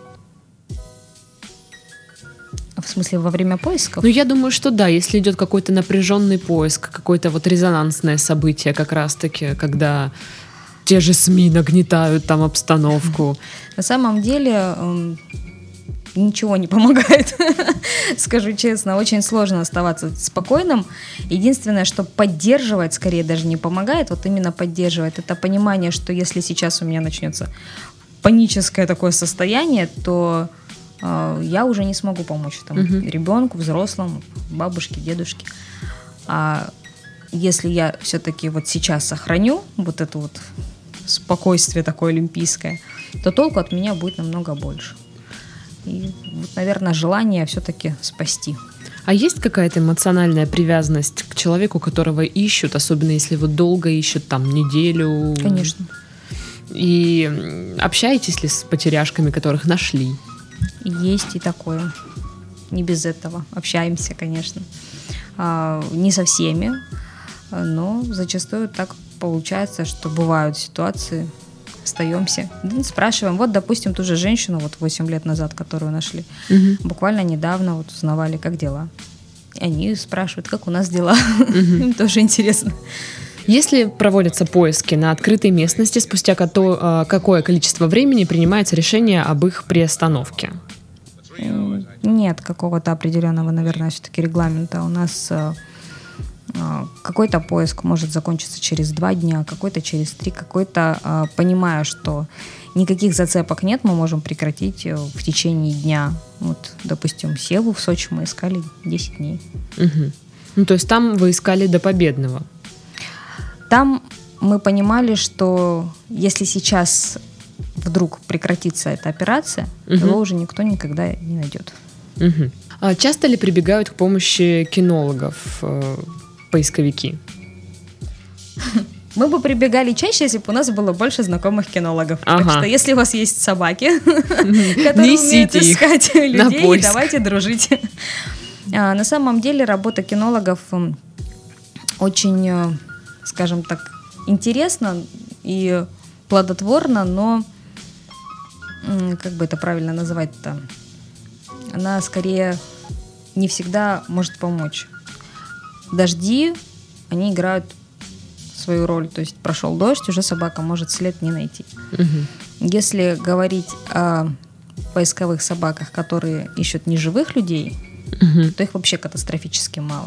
В смысле, во время поисков? Ну, я думаю, что да. Если идет какой-то напряженный поиск, какое-то вот резонансное событие как раз-таки, когда те же СМИ нагнетают там обстановку. На самом деле... ничего не помогает, скажу честно. Очень сложно оставаться спокойным. Единственное, что поддерживает, скорее даже не помогает, вот именно поддерживает, это понимание, что если сейчас у меня начнется паническое такое состояние, то э, я уже не смогу помочь там, uh-huh. ребенку, взрослому, бабушке, дедушке. А если я все-таки вот сейчас сохраню вот это вот спокойствие такое олимпийское, то толку от меня будет намного больше. И вот, наверное, желание все-таки спасти. А есть какая-то эмоциональная привязанность к человеку, которого ищут, особенно если вот долго ищут, там, неделю? Конечно. И общаетесь ли с потеряшками, которых нашли? Есть и такое. Не без этого. Общаемся, конечно. А, не со всеми, но зачастую так получается, что бывают ситуации, остаемся, спрашиваем. Вот, допустим, ту же женщину, вот восемь лет назад, которую нашли, угу. буквально недавно вот узнавали, как дела. И они спрашивают, как у нас дела. Угу. Им тоже интересно. Если проводятся поиски на открытой местности, спустя какое количество времени принимается решение об их приостановке? Нет какого-то определенного, наверное, все-таки регламента. У нас какой-то поиск может закончиться через два дня, какой-то через три, какой-то, понимая, что никаких зацепок нет, мы можем прекратить в течение дня. Вот, допустим, Севу в Сочи мы искали десять дней. Угу. Ну, то есть там вы искали до победного? Там мы понимали, что если сейчас вдруг прекратится эта операция, угу. его уже никто никогда не найдет. Угу. А часто ли прибегают к помощи кинологов э, поисковики? Мы бы прибегали чаще, если бы у нас было больше знакомых кинологов. Ага. Так что если у вас есть собаки, которые умеют искать людей, давайте дружить. На самом деле работа кинологов очень, скажем так, интересна и плодотворна, но как бы это правильно называть-то? Она скорее не всегда может помочь. Дожди, они играют свою роль. То есть прошел дождь, уже собака может след не найти. Угу. Если говорить о поисковых собаках, которые ищут неживых людей, угу. то их вообще катастрофически мало.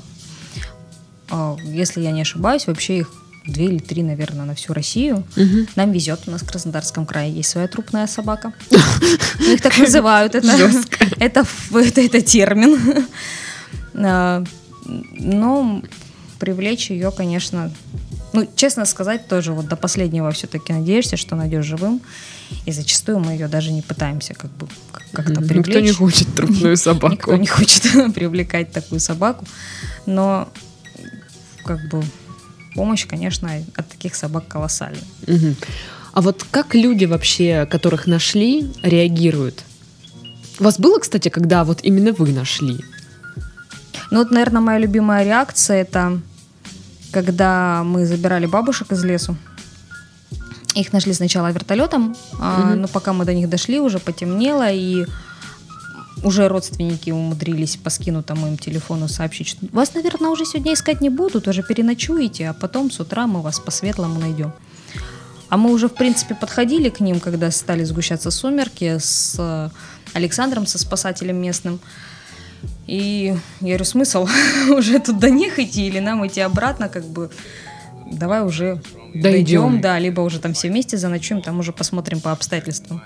Если я не ошибаюсь, вообще их две или три, наверное, на всю Россию. Угу. Нам везет, у нас в Краснодарском крае есть своя трупная собака. Их так называют. Это термин. Но привлечь ее, конечно, ну, честно сказать, тоже вот до последнего все-таки надеешься, что найдешь живым. И зачастую мы ее даже не пытаемся как бы как-то привлечь. Никто не хочет трупную собаку. Никто не хочет привлекать такую собаку. Но как бы помощь, конечно, от таких собак колоссальная. Угу. А вот как люди вообще, которых нашли, реагируют? У вас было, кстати, когда вот именно вы нашли? Ну вот, наверное, моя любимая реакция — это когда мы забирали бабушек из лесу. Их нашли сначала вертолетом, угу. а, но пока мы до них дошли, уже потемнело, и уже родственники умудрились по скинутому им телефону сообщить, что вас, наверное, уже сегодня искать не будут, уже переночуете, а потом с утра мы вас по-светлому найдем. А мы уже, в принципе, подходили к ним, когда стали сгущаться сумерки, с Александром, со спасателем местным. И я говорю, смысл уже тут до них идти или нам идти обратно, как бы давай уже дойдем, дойдем да, либо уже там все вместе заночуем, там уже посмотрим по обстоятельствам.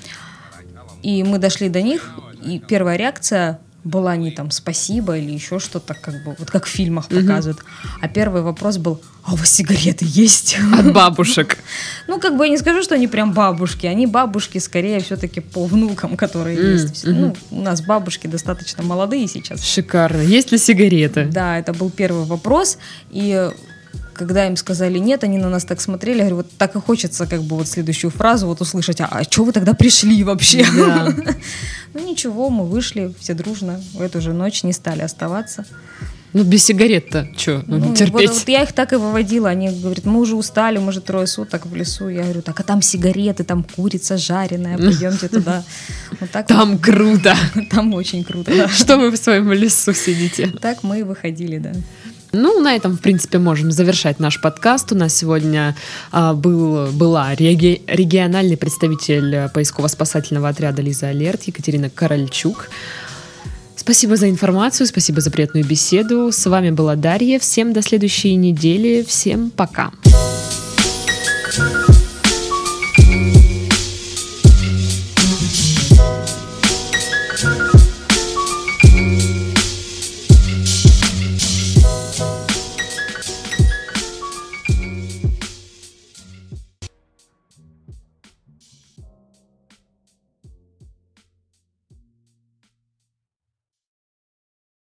И мы дошли до них, и первая реакция была не там спасибо или еще что-то, как бы, вот как в фильмах угу. показывают. А первый вопрос был, а у вас сигареты есть? От бабушек. Ну, как бы я не скажу, что они прям бабушки. Они бабушки скорее все-таки по внукам, которые mm, есть. Mm-hmm. Ну, у нас бабушки достаточно молодые сейчас. Шикарно. Есть ли сигареты? Да, это был первый вопрос. И когда им сказали нет, они на нас так смотрели. Я говорю, вот так и хочется как бы вот следующую фразу вот услышать. А, а что вы тогда пришли вообще? Да. Ну ничего, мы вышли все дружно. В эту же ночь не стали оставаться. Ну, без сигарет-то что, ну, терпеть? Вот, вот я их так и выводила. Они говорят, мы уже устали, мы же трое суток в лесу. Я говорю, так, а там сигареты, там курица жареная, пойдемте туда. Вот так там вот. Круто. Там очень круто, да. Что вы в своем лесу сидите? Так мы и выходили, да. Ну, на этом, в принципе, можем завершать наш подкаст. У нас сегодня а, был, была реги- региональный представитель поисково-спасательного отряда «Лиза Алерт» Екатерина Корольчук. Спасибо за информацию, спасибо за приятную беседу. С вами была Дарья. Всем до следующей недели. Всем пока.